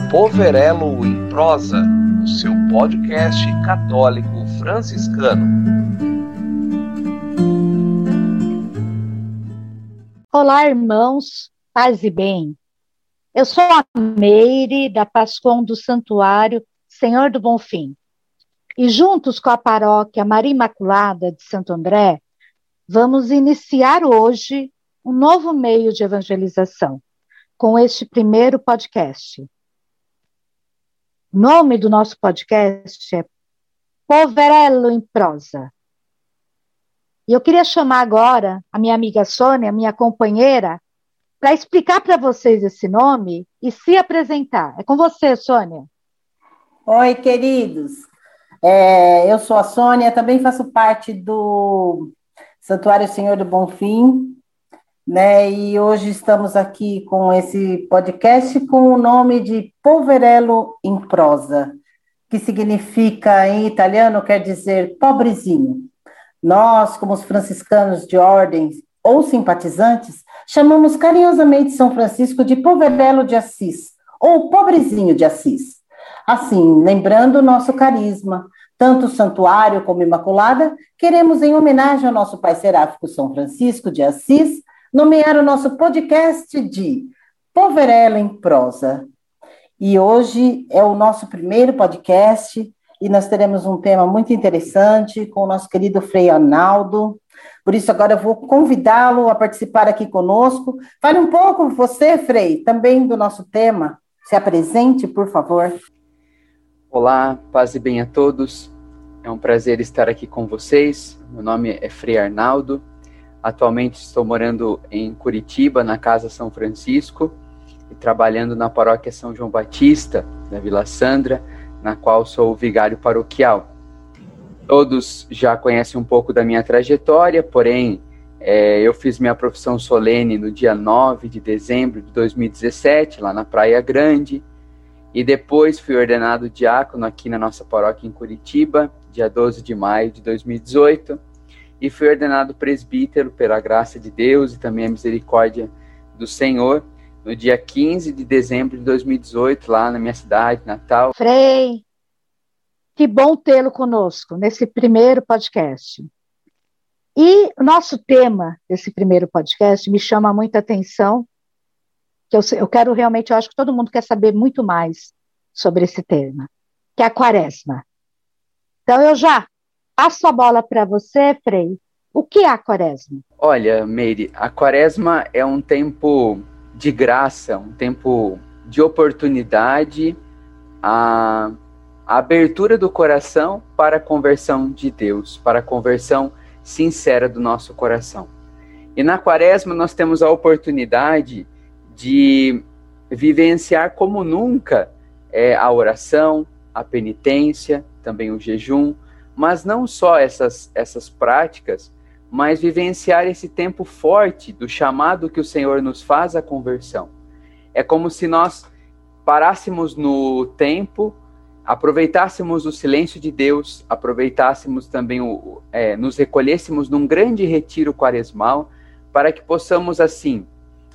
Poverello em Prosa, o seu podcast católico franciscano. Olá, irmãos, paz e bem. Eu sou a Meire, da Pascom do Santuário Senhor do Bonfim. E juntos com a paróquia Maria Imaculada de Santo André, vamos iniciar hoje um novo meio de evangelização, com este primeiro podcast. O nome do nosso podcast é Poverello em Prosa. E eu queria chamar agora a minha amiga Sônia, minha companheira, para explicar para vocês esse nome e se apresentar. É com você, Sônia. Oi, queridos. Eu sou a Sônia, também faço parte do Santuário Senhor do Bonfim, né? E hoje estamos aqui com esse podcast com o nome de Poverello in Prosa, que significa, em italiano, quer dizer pobrezinho. Nós, como os franciscanos de ordens ou simpatizantes, chamamos carinhosamente São Francisco de Poverello de Assis, ou pobrezinho de Assis. Assim, lembrando o nosso carisma, tanto o Santuário como Imaculada, queremos, em homenagem ao nosso pai seráfico São Francisco de Assis, nomear o nosso podcast de Poverello em Prosa. E hoje é o nosso primeiro podcast e nós teremos um tema muito interessante com o nosso querido Frei Arnaldo. Por isso, agora eu vou convidá-lo a participar aqui conosco. Fale um pouco, você, Frei, também do nosso tema. Se apresente, por favor. Olá, paz e bem a todos. É um prazer estar aqui com vocês. Meu nome é Frei Arnaldo. Atualmente estou morando em Curitiba, na Casa São Francisco, e trabalhando na paróquia São João Batista, da Vila Sandra, na qual sou o vigário paroquial. Todos já conhecem um pouco da minha trajetória, porém, eu fiz minha profissão solene no dia 9 de dezembro de 2017, lá na Praia Grande, e depois fui ordenado diácono aqui na nossa paróquia em Curitiba, dia 12 de maio de 2018, e fui ordenado presbítero pela graça de Deus e também a misericórdia do Senhor, no dia 15 de dezembro de 2018, lá na minha cidade natal. Frei, que bom tê-lo conosco nesse primeiro podcast. E o nosso tema desse primeiro podcast me chama muita atenção, que eu quero realmente, eu acho que todo mundo quer saber muito mais sobre esse tema, que é a Quaresma. Então eu já passo a bola para você, Frei. O que é a Quaresma? Olha, Meire, a Quaresma é um tempo de graça, um tempo de oportunidade, a abertura do coração para a conversão de Deus, para a conversão sincera do nosso coração. E na Quaresma nós temos a oportunidade de vivenciar como nunca a oração, a penitência, também o jejum, mas não só essas práticas, mas vivenciar esse tempo forte do chamado que o Senhor nos faz à conversão. É como se nós parássemos no tempo, aproveitássemos o silêncio de Deus, aproveitássemos também, nos recolhêssemos num grande retiro quaresmal, para que possamos, assim,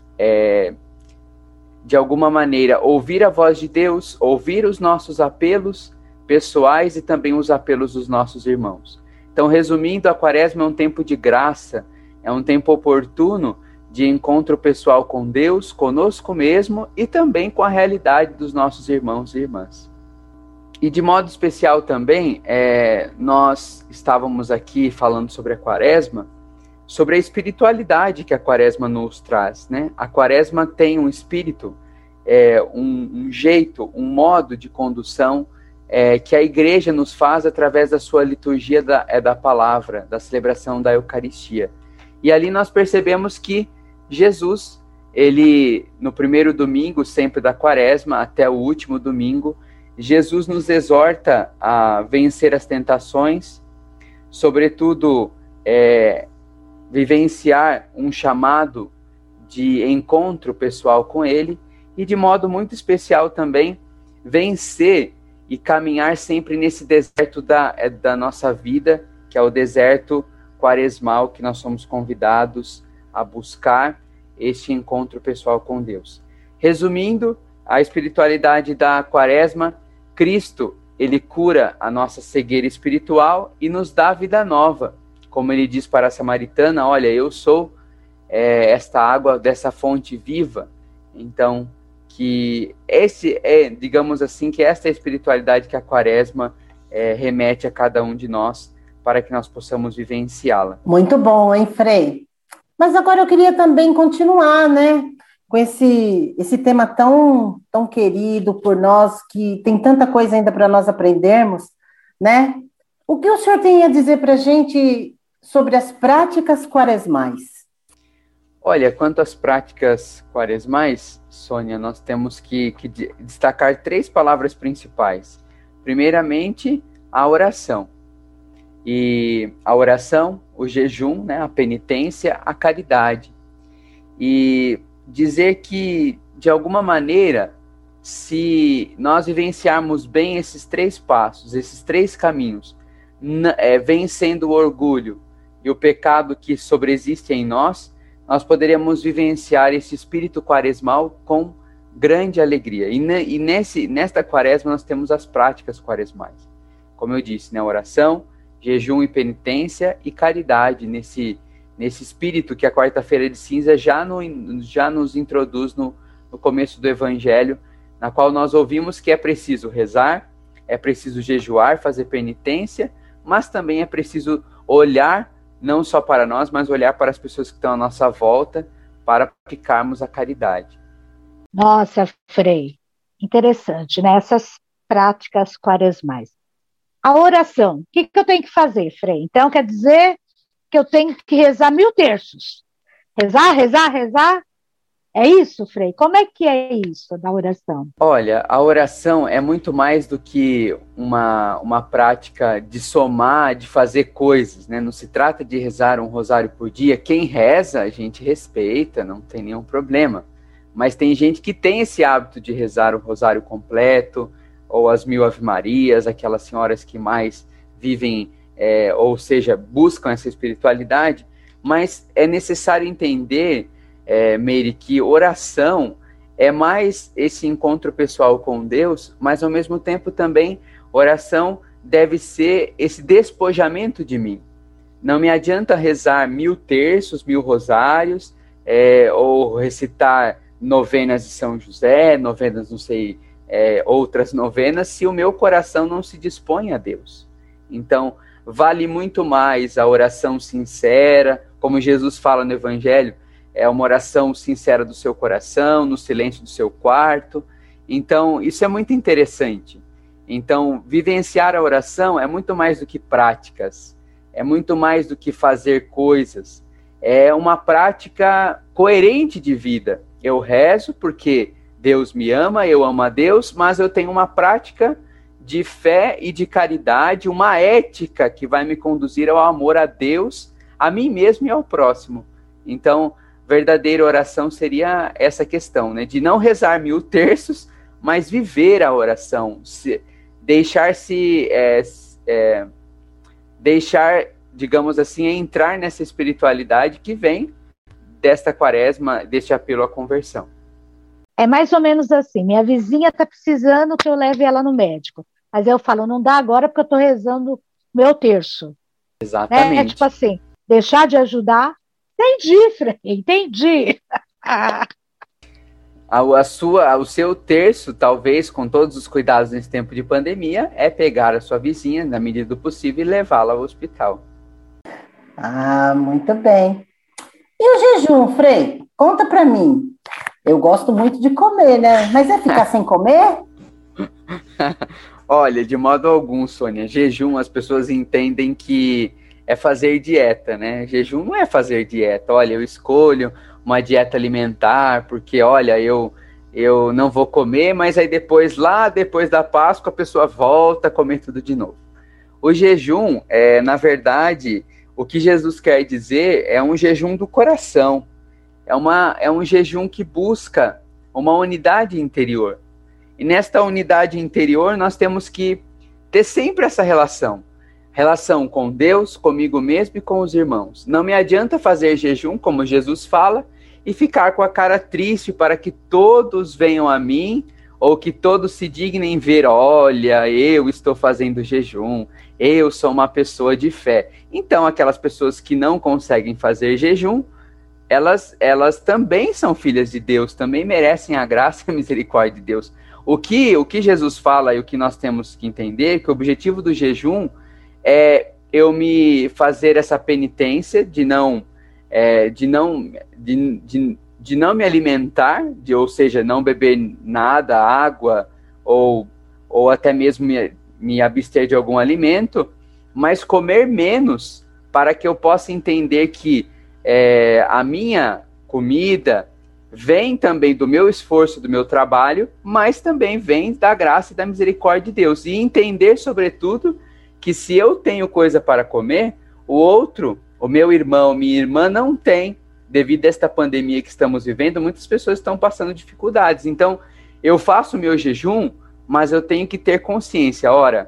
de alguma maneira, ouvir a voz de Deus, ouvir os nossos apelos pessoais e também os apelos dos nossos irmãos. Então, resumindo, a Quaresma é um tempo de graça, é um tempo oportuno de encontro pessoal com Deus, conosco mesmo e também com a realidade dos nossos irmãos e irmãs. E de modo especial também, nós estávamos aqui falando sobre a Quaresma, sobre a espiritualidade que a Quaresma nos traz, né? A Quaresma tem um espírito, um jeito, um modo de condução que a Igreja nos faz através da sua liturgia da palavra, da celebração da Eucaristia. E ali nós percebemos que Jesus, ele, no primeiro domingo, sempre da Quaresma, até o último domingo, Jesus nos exorta a vencer as tentações, sobretudo vivenciar um chamado de encontro pessoal com ele e, de modo muito especial também, vencer e caminhar sempre nesse deserto da nossa vida, que é o deserto quaresmal, que nós somos convidados a buscar este encontro pessoal com Deus. Resumindo, a espiritualidade da quaresma, Cristo, ele cura a nossa cegueira espiritual e nos dá vida nova. Como ele diz para a samaritana, olha, eu sou esta água dessa fonte viva. Então, que digamos assim, que esta é a espiritualidade que a quaresma remete a cada um de nós, para que nós possamos vivenciá-la. Muito bom, hein, Frei? Mas agora eu queria também continuar, né, com esse tema tão querido por nós, que tem tanta coisa ainda para nós aprendermos, né? O que o senhor tem a dizer para a gente sobre as práticas quaresmais? Olha, quanto às práticas quaresmais, Sônia, nós temos que destacar 3 palavras principais. Primeiramente, a oração. E a oração, o jejum, né, a penitência, a caridade. E dizer que, de alguma maneira, se nós vivenciarmos bem esses 3 passos, esses 3 caminhos, vencendo o orgulho e o pecado que sobreexiste em nós poderíamos vivenciar esse espírito quaresmal com grande alegria. E nesta quaresma nós temos as práticas quaresmais. Como eu disse, né, oração, jejum e penitência e caridade, nesse espírito que a quarta-feira de cinza já nos introduz no começo do Evangelho, na qual nós ouvimos que é preciso rezar, é preciso jejuar, fazer penitência, mas também é preciso olhar não só para nós, mas olhar para as pessoas que estão à nossa volta, para praticarmos a caridade. Nossa, Frei, interessante, né? Essas práticas quaresmais. A oração, o que eu tenho que fazer, Frei? Então, quer dizer que eu tenho que rezar 1000 terços. Rezar? É isso, Frei? Como é que é isso da oração? Olha, a oração é muito mais do que uma prática de somar, de fazer coisas, né? Não se trata de rezar um rosário por dia. Quem reza, a gente respeita, não tem nenhum problema. Mas tem gente que tem esse hábito de rezar o rosário completo, ou as 1000 Ave-Marias, aquelas senhoras que mais vivem, ou seja, buscam essa espiritualidade. Mas é necessário entender, Meire, que oração é mais esse encontro pessoal com Deus, mas ao mesmo tempo também oração deve ser esse despojamento de mim. Não me adianta rezar 1000 terços, 1000 rosários, ou recitar novenas de São José, novenas, não sei, outras novenas, se o meu coração não se dispõe a Deus. Então, vale muito mais a oração sincera, como Jesus fala no Evangelho, é uma oração sincera do seu coração, no silêncio do seu quarto. Então, isso é muito interessante. Então, vivenciar a oração é muito mais do que práticas, é muito mais do que fazer coisas. É uma prática coerente de vida. Eu rezo porque Deus me ama, eu amo a Deus, mas eu tenho uma prática de fé e de caridade, uma ética que vai me conduzir ao amor a Deus, a mim mesmo e ao próximo. Então, verdadeira oração seria essa questão, né? De não rezar 1000 terços, mas viver a oração, deixar, digamos assim, entrar nessa espiritualidade que vem desta quaresma, deste apelo à conversão. É mais ou menos assim, minha vizinha está precisando que eu leve ela no médico, mas eu falo, não dá agora porque eu estou rezando 1000 terço. Exatamente. Tipo assim, deixar de ajudar. Entendi, Frei, entendi. O seu terço, talvez, com todos os cuidados nesse tempo de pandemia, é pegar a sua vizinha, na medida do possível, e levá-la ao hospital. Ah, muito bem. E o jejum, Frei? Conta pra mim. Eu gosto muito de comer, né? Mas é ficar sem comer? Olha, de modo algum, Sônia. Jejum, as pessoas entendem que é fazer dieta, né? Jejum não é fazer dieta. Olha, eu escolho uma dieta alimentar, porque, olha, eu não vou comer, mas aí depois da Páscoa, a pessoa volta a comer tudo de novo. O jejum, na verdade, o que Jesus quer dizer é um jejum do coração. É um jejum que busca uma unidade interior. E nesta unidade interior, nós temos que ter sempre essa relação com Deus, comigo mesmo e com os irmãos. Não me adianta fazer jejum, como Jesus fala, e ficar com a cara triste para que todos venham a mim, ou que todos se dignem ver, olha, eu estou fazendo jejum, eu sou uma pessoa de fé. Então, aquelas pessoas que não conseguem fazer jejum, elas também são filhas de Deus, também merecem a graça e a misericórdia de Deus. O que Jesus fala e o que nós temos que entender, que o objetivo do jejum é eu me fazer essa penitência de não me alimentar, ou seja, não beber nada, água, ou até mesmo me abster de algum alimento, mas comer menos, para que eu possa entender que a minha comida vem também do meu esforço, do meu trabalho, mas também vem da graça e da misericórdia de Deus. E entender, sobretudo, que se eu tenho coisa para comer, o outro, o meu irmão, minha irmã, não tem. Devido a esta pandemia que estamos vivendo, muitas pessoas estão passando dificuldades. Então, eu faço o meu jejum, mas eu tenho que ter consciência. Ora,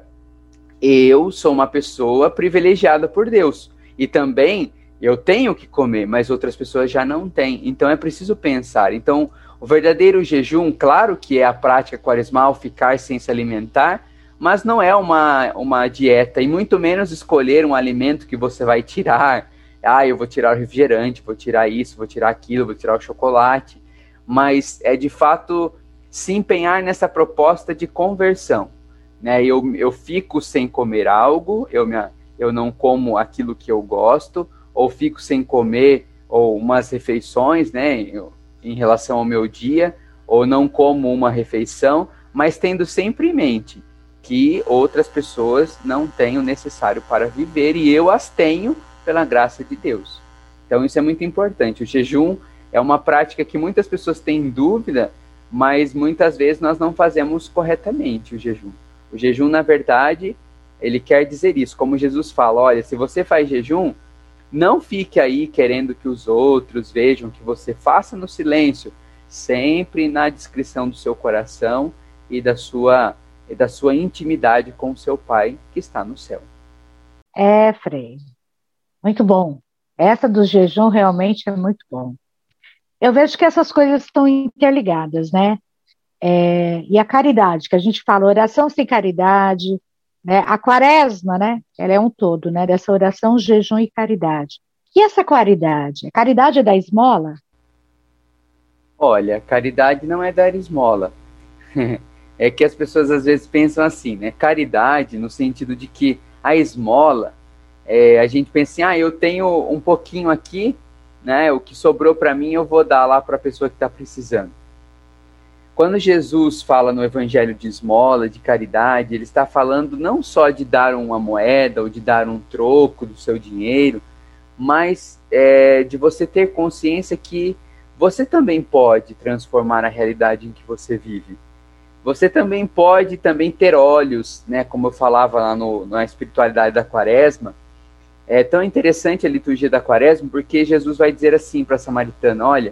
eu sou uma pessoa privilegiada por Deus. E também eu tenho que comer, mas outras pessoas já não têm. Então, é preciso pensar. Então, o verdadeiro jejum, claro que é a prática quaresmal, ficar sem se alimentar, mas não é uma dieta, e muito menos escolher um alimento que você vai tirar. Eu vou tirar o refrigerante, vou tirar isso, vou tirar aquilo, vou tirar o chocolate. Mas é, de fato, se empenhar nessa proposta de conversão. Né? Eu fico sem comer algo, eu não como aquilo que eu gosto, ou fico sem comer ou umas refeições, né, em relação ao meu dia, ou não como uma refeição, mas tendo sempre em mente que outras pessoas não têm o necessário para viver, e eu as tenho pela graça de Deus. Então isso é muito importante. O jejum é uma prática que muitas pessoas têm dúvida, mas muitas vezes nós não fazemos corretamente o jejum. O jejum, na verdade, ele quer dizer isso, como Jesus fala, olha, se você faz jejum, não fique aí querendo que os outros vejam, que você faça no silêncio, sempre na discrição do seu coração e da sua intimidade com o seu Pai que está no céu. Frei. Muito bom. Essa do jejum realmente é muito bom. Eu vejo que essas coisas estão interligadas, né? E a caridade, que a gente fala, oração sem caridade, né? A quaresma, né? Ela é um todo, né? Dessa oração, jejum e caridade. E essa caridade? A caridade é da esmola? Olha, caridade não é dar esmola. É que as pessoas às vezes pensam assim, né? Caridade no sentido de que a esmola, a gente pensa assim, eu tenho um pouquinho aqui, né? O que sobrou para mim eu vou dar lá para a pessoa que está precisando. Quando Jesus fala no Evangelho de esmola, de caridade, ele está falando não só de dar uma moeda ou de dar um troco do seu dinheiro, mas de você ter consciência que você também pode transformar a realidade em que você vive. Você também pode ter olhos, né, como eu falava lá na espiritualidade da Quaresma. É tão interessante a liturgia da Quaresma, porque Jesus vai dizer assim para a samaritana, olha,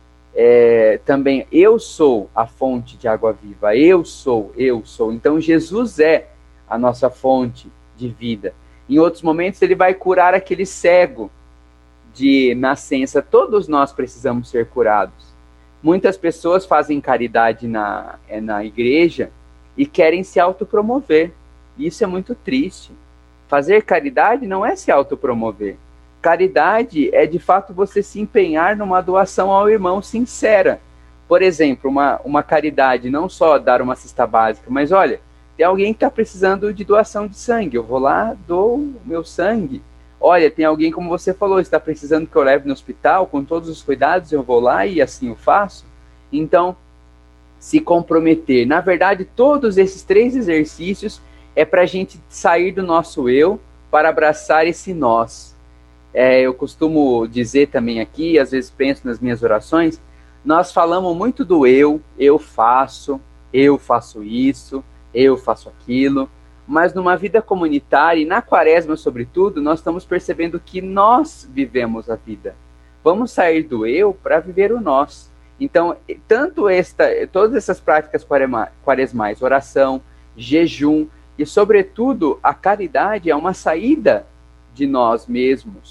também eu sou a fonte de água viva, eu sou. Então Jesus é a nossa fonte de vida. Em outros momentos ele vai curar aquele cego de nascença. Todos nós precisamos ser curados. Muitas pessoas fazem caridade na igreja e querem se autopromover. Isso é muito triste. Fazer caridade não é se autopromover. Caridade é, de fato, você se empenhar numa doação ao irmão sincera. Por exemplo, uma caridade, não só dar uma cesta básica, mas olha, tem alguém que está precisando de doação de sangue, eu vou lá, dou o meu sangue. Olha, tem alguém, como você falou, está precisando que eu leve no hospital, com todos os cuidados, eu vou lá e assim eu faço. Então, se comprometer. Na verdade, todos esses 3 exercícios é para a gente sair do nosso eu para abraçar esse nós. Eu costumo dizer também aqui, às vezes penso nas minhas orações, nós falamos muito do eu faço isso, eu faço aquilo, mas numa vida comunitária, e na Quaresma sobretudo, nós estamos percebendo que nós vivemos a vida. Vamos sair do eu para viver o nós. Então, todas essas práticas quaresmais, oração, jejum, e sobretudo a caridade é uma saída de nós mesmos.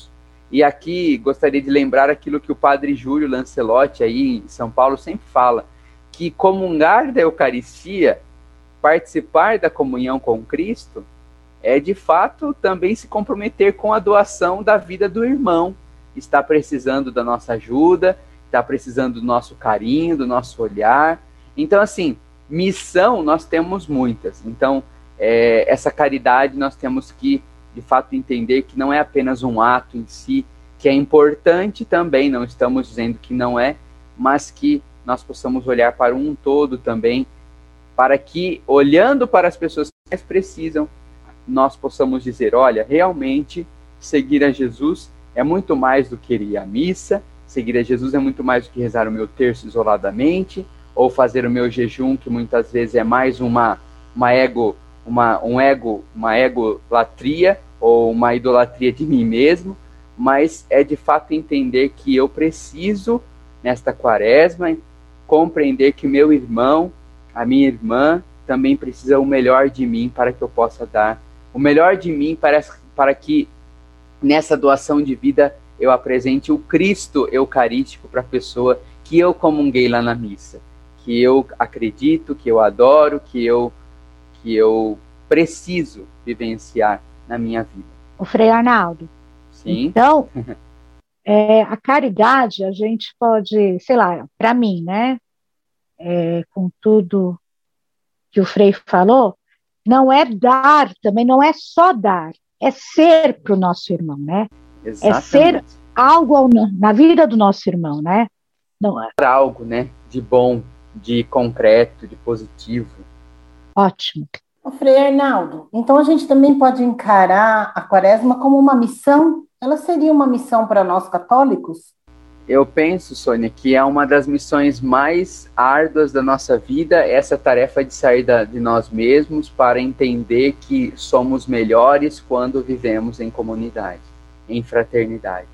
E aqui gostaria de lembrar aquilo que o padre Júlio Lancelotti aí em São Paulo sempre fala, que comungar da Eucaristia, participar da comunhão com Cristo, é de fato também se comprometer com a doação da vida do irmão. Está precisando da nossa ajuda, está precisando do nosso carinho, do nosso olhar. Então, assim, missão nós temos muitas. Então, essa caridade nós temos que, de fato, entender que não é apenas um ato em si, que é importante também, não estamos dizendo que não é, mas que nós possamos olhar para um todo também, para que, olhando para as pessoas que mais precisam, nós possamos dizer, olha, realmente, seguir a Jesus é muito mais do que ir à missa, seguir a Jesus é muito mais do que rezar o meu terço isoladamente, ou fazer o meu jejum, que muitas vezes é mais uma egolatria, ou uma idolatria de mim mesmo, mas é de fato entender que eu preciso, nesta quaresma, compreender que meu irmão, a minha irmã, também precisa o melhor de mim para que eu possa dar o melhor de mim para que nessa doação de vida eu apresente o Cristo eucarístico para a pessoa que eu comunguei lá na missa, que eu acredito, que eu adoro, que eu preciso vivenciar na minha vida. O Frei Arnaldo. Sim. Então, a caridade, a gente pode, sei lá, para mim, né, com tudo que o Frei falou, não é dar, também não é só dar, é ser para o nosso irmão, né? Exatamente. É ser algo na vida do nosso irmão, né? Não é algo, né, de bom, de concreto, de positivo. Ótimo. O Frei Arnaldo, então a gente também pode encarar a quaresma como uma missão? Ela seria uma missão para nós católicos? Eu penso, Sônia, que é uma das missões mais árduas da nossa vida, essa tarefa de sair de nós mesmos para entender que somos melhores quando vivemos em comunidade, em fraternidade.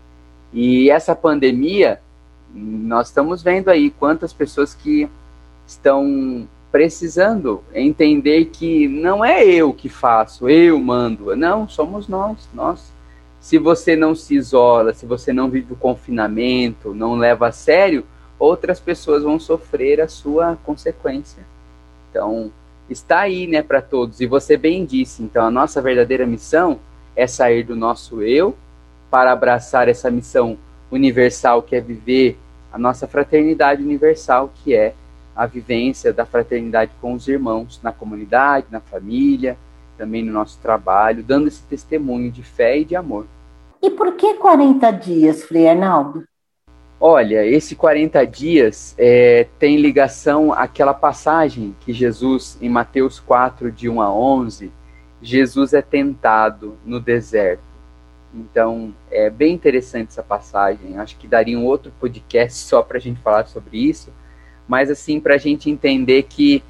E essa pandemia, nós estamos vendo aí quantas pessoas que estão precisando entender que não é eu que faço, eu mando, não, somos nós. Se você não se isola, se você não vive o confinamento, não leva a sério, outras pessoas vão sofrer a sua consequência. Então, está aí, né, para todos. E você bem disse, então, a nossa verdadeira missão é sair do nosso eu para abraçar essa missão universal, que é viver a nossa fraternidade universal, que é a vivência da fraternidade com os irmãos, na comunidade, na família, também no nosso trabalho, dando esse testemunho de fé e de amor. E por que 40 dias, Frei Arnaldo? Olha, esse 40 dias tem ligação àquela passagem que Jesus, em Mateus 4, de 1 a 11, Jesus é tentado no deserto. Então, é bem interessante essa passagem. Acho que daria um outro podcast só para a gente falar sobre isso, mas assim, para a gente entender que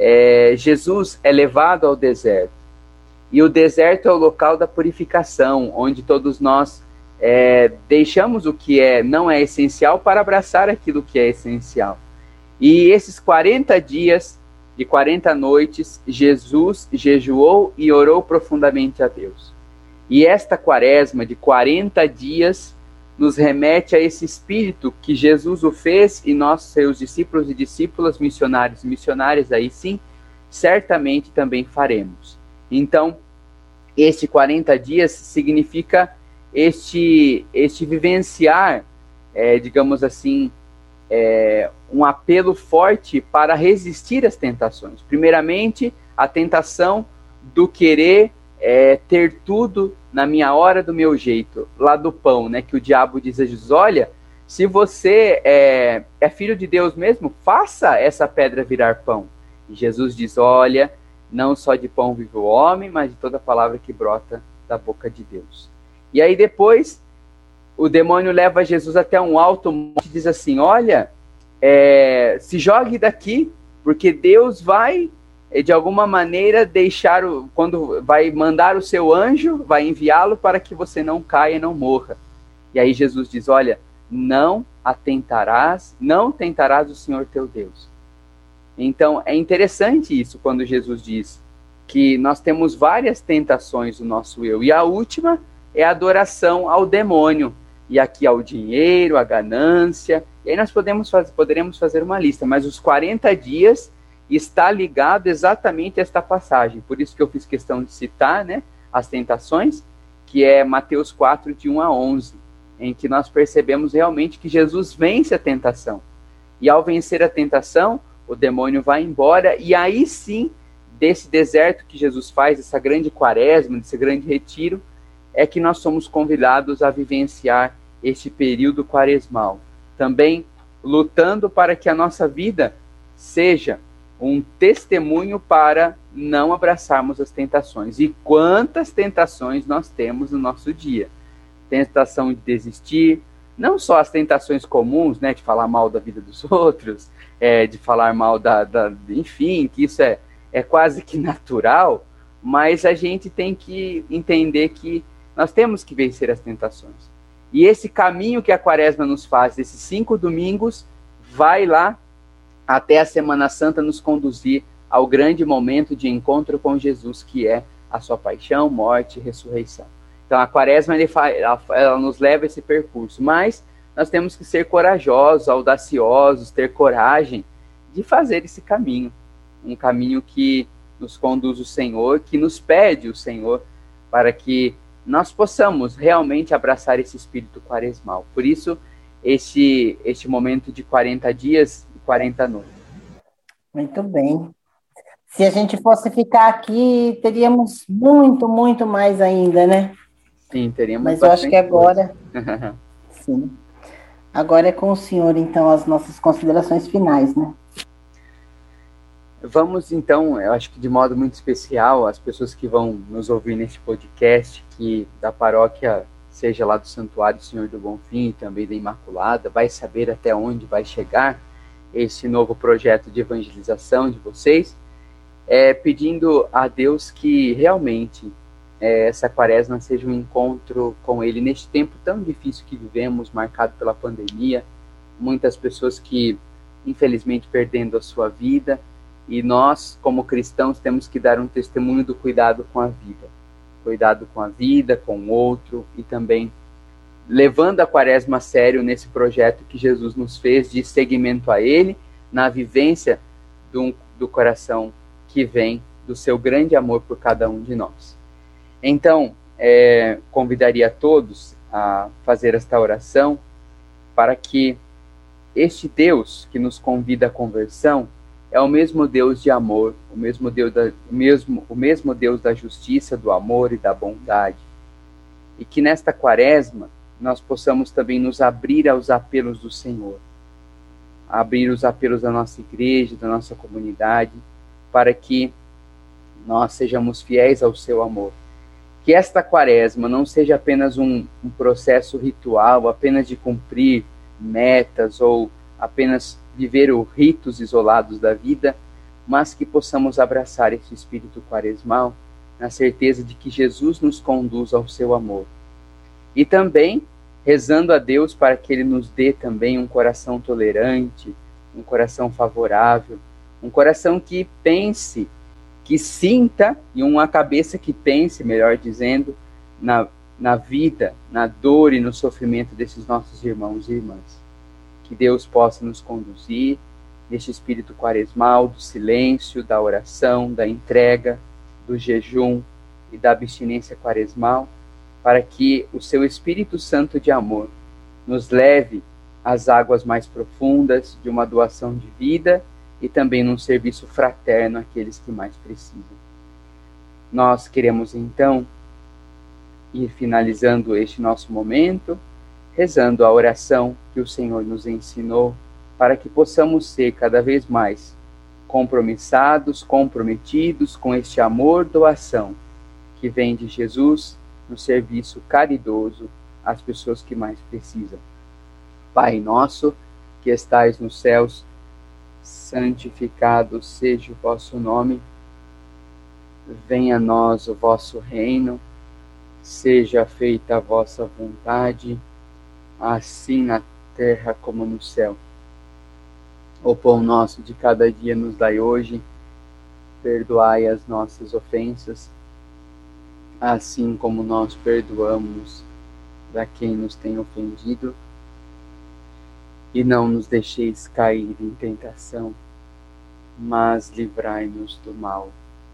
Jesus é levado ao deserto. E o deserto é o local da purificação, onde todos nós deixamos o que não é essencial para abraçar aquilo que é essencial. E esses 40 dias e 40 noites, Jesus jejuou e orou profundamente a Deus. E esta quaresma de 40 dias nos remete a esse espírito que Jesus o fez e nós, seus discípulos e discípulas, missionários e missionárias, aí sim, certamente também faremos. Então, este 40 dias significa este vivenciar, digamos assim, um apelo forte para resistir às tentações. Primeiramente, a tentação do querer ter tudo na minha hora, do meu jeito, lá do pão, né? Que o diabo diz a Jesus, olha, se você é filho de Deus mesmo, faça essa pedra virar pão. E Jesus diz, olha, não só de pão vive o homem, mas de toda palavra que brota da boca de Deus. E aí depois, o demônio leva Jesus até um alto monte e diz assim, olha, se jogue daqui, porque Deus vai, de alguma maneira, quando vai mandar o seu anjo, vai enviá-lo para que você não caia e não morra. E aí Jesus diz, olha, não tentarás o Senhor teu Deus. Então, é interessante isso quando Jesus diz que nós temos várias tentações do nosso eu. E a última é a adoração ao demônio, e aqui ao dinheiro, à ganância, e aí nós poderemos fazer uma lista, mas os 40 dias está ligado exatamente a esta passagem, por isso que eu fiz questão de citar, né, as tentações, que é Mateus 4, de 1 a 11, em que nós percebemos realmente que Jesus vence a tentação, e ao vencer a tentação, o demônio vai embora, e aí sim, desse deserto que Jesus faz, dessa grande quaresma, desse grande retiro, é que nós somos convidados a vivenciar este período quaresmal. Também lutando para que a nossa vida seja um testemunho para não abraçarmos as tentações. E quantas tentações nós temos no nosso dia. Tentação de desistir, não só as tentações comuns, né, de falar mal da vida dos outros, de falar mal enfim, que isso é quase que natural, mas a gente tem que entender que nós temos que vencer as tentações. E esse caminho que a Quaresma nos faz, esses 5 domingos, vai lá até a Semana Santa nos conduzir ao grande momento de encontro com Jesus, que é a sua paixão, morte e ressurreição. Então a Quaresma ela nos leva a esse percurso, mas nós temos que ser corajosos, audaciosos, ter coragem de fazer esse caminho. Um caminho que nos conduz o Senhor, que nos pede o Senhor, para que nós possamos realmente abraçar esse espírito quaresmal. Por isso, este momento de 40 dias e 40 noites. Muito bem. Se a gente fosse ficar aqui, teríamos muito, muito mais ainda, né? Sim, teríamos. Mas eu acho que agora... Sim. Agora é com o senhor, então, as nossas considerações finais, né? Vamos, então, eu acho que de modo muito especial, as pessoas que vão nos ouvir neste podcast, que da paróquia, seja lá do Santuário Senhor do Bonfim, também da Imaculada, vai saber até onde vai chegar esse novo projeto de evangelização de vocês, pedindo a Deus que realmente essa quaresma seja um encontro com Ele neste tempo tão difícil que vivemos, marcado pela pandemia, muitas pessoas que, infelizmente, perdendo a sua vida. E nós, como cristãos, temos que dar um testemunho do cuidado com a vida. Cuidado com a vida, com o outro, e também levando a Quaresma a sério nesse projeto que Jesus nos fez de seguimento a Ele, na vivência do coração que vem do seu grande amor por cada um de nós. Então, convidaria a todos a fazer esta oração para que este Deus que nos convida à conversão é o mesmo Deus de amor, o mesmo Deus da justiça, do amor e da bondade. E que nesta quaresma nós possamos também nos abrir aos apelos do Senhor, abrir os apelos da nossa igreja, da nossa comunidade, para que nós sejamos fiéis ao seu amor. Que esta quaresma não seja apenas um processo ritual, apenas de cumprir metas ou apenas viver os ritos isolados da vida, mas que possamos abraçar esse espírito quaresmal na certeza de que Jesus nos conduz ao seu amor. E também rezando a Deus para que Ele nos dê também um coração tolerante, um coração favorável, um coração que pense, que sinta, e uma cabeça que pense, melhor dizendo, na vida, na dor e no sofrimento desses nossos irmãos e irmãs. Que Deus possa nos conduzir neste espírito quaresmal, do silêncio, da oração, da entrega, do jejum e da abstinência quaresmal, para que o seu Espírito Santo de amor nos leve às águas mais profundas de uma doação de vida e também num serviço fraterno àqueles que mais precisam. Nós queremos então ir finalizando este nosso momento, rezando a oração que o Senhor nos ensinou, para que possamos ser cada vez mais compromissados, comprometidos com este amor, doação, que vem de Jesus no serviço caridoso às pessoas que mais precisam. Pai nosso, que estais nos céus, santificado seja o vosso nome, venha a nós o vosso reino, seja feita a vossa vontade, assim na terra como no céu. O pão nosso de cada dia nos dai hoje, perdoai as nossas ofensas, assim como nós perdoamos a quem nos tem ofendido, e não nos deixeis cair em tentação, mas livrai-nos do mal.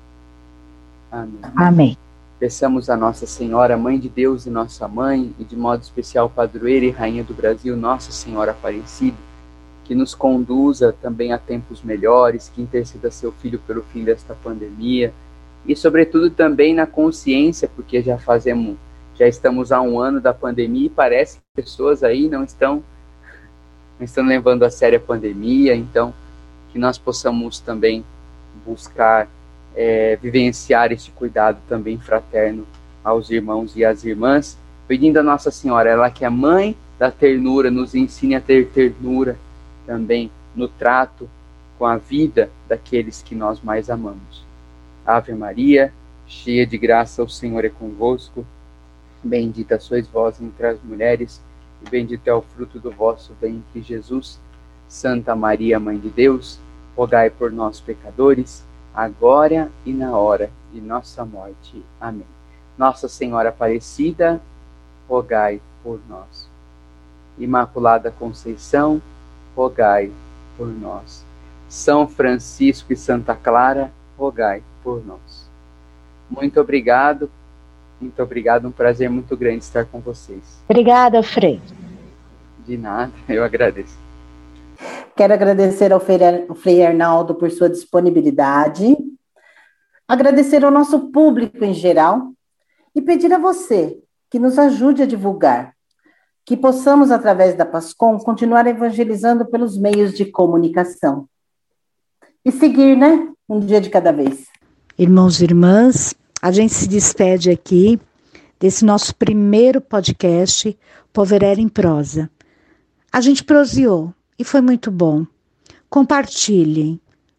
Amém. Amém. Peçamos a Nossa Senhora, Mãe de Deus e nossa Mãe, e de modo especial Padroeira e Rainha do Brasil, Nossa Senhora Aparecida, que nos conduza também a tempos melhores, que interceda seu Filho pelo fim desta pandemia, e sobretudo também na consciência, porque já estamos há um ano da pandemia e parece que pessoas aí não estão levando a sério a pandemia, então que nós possamos também buscar vivenciar este cuidado também fraterno aos irmãos e às irmãs, pedindo a Nossa Senhora, ela que é mãe da ternura, nos ensine a ter ternura também no trato com a vida daqueles que nós mais amamos. Ave Maria, cheia de graça, o Senhor é convosco, bendita sois vós entre as mulheres, e bendito é o fruto do vosso ventre, Jesus. Santa Maria, Mãe de Deus, rogai por nós, pecadores, agora e na hora de nossa morte. Amém. Nossa Senhora Aparecida, rogai por nós. Imaculada Conceição, rogai por nós. São Francisco e Santa Clara, rogai por nós. Muito obrigado, um prazer muito grande estar com vocês. Obrigada, Frei. De nada, eu agradeço. Quero agradecer ao Frei Arnaldo por sua disponibilidade, agradecer ao nosso público em geral e pedir a você que nos ajude a divulgar, que possamos, através da PASCOM, continuar evangelizando pelos meios de comunicação. E seguir, né? Um dia de cada vez. Irmãos e irmãs, a gente se despede aqui desse nosso primeiro podcast, Poverera em Prosa. A gente proseou e foi muito bom. Compartilhem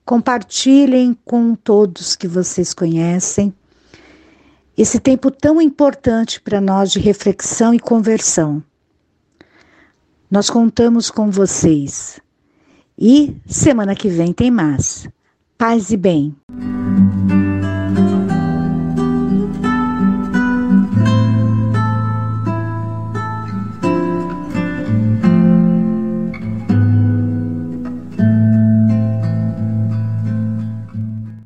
com todos que vocês conhecem esse tempo tão importante para nós de reflexão e conversão. Nós contamos com vocês. E semana que vem tem mais. Paz e bem.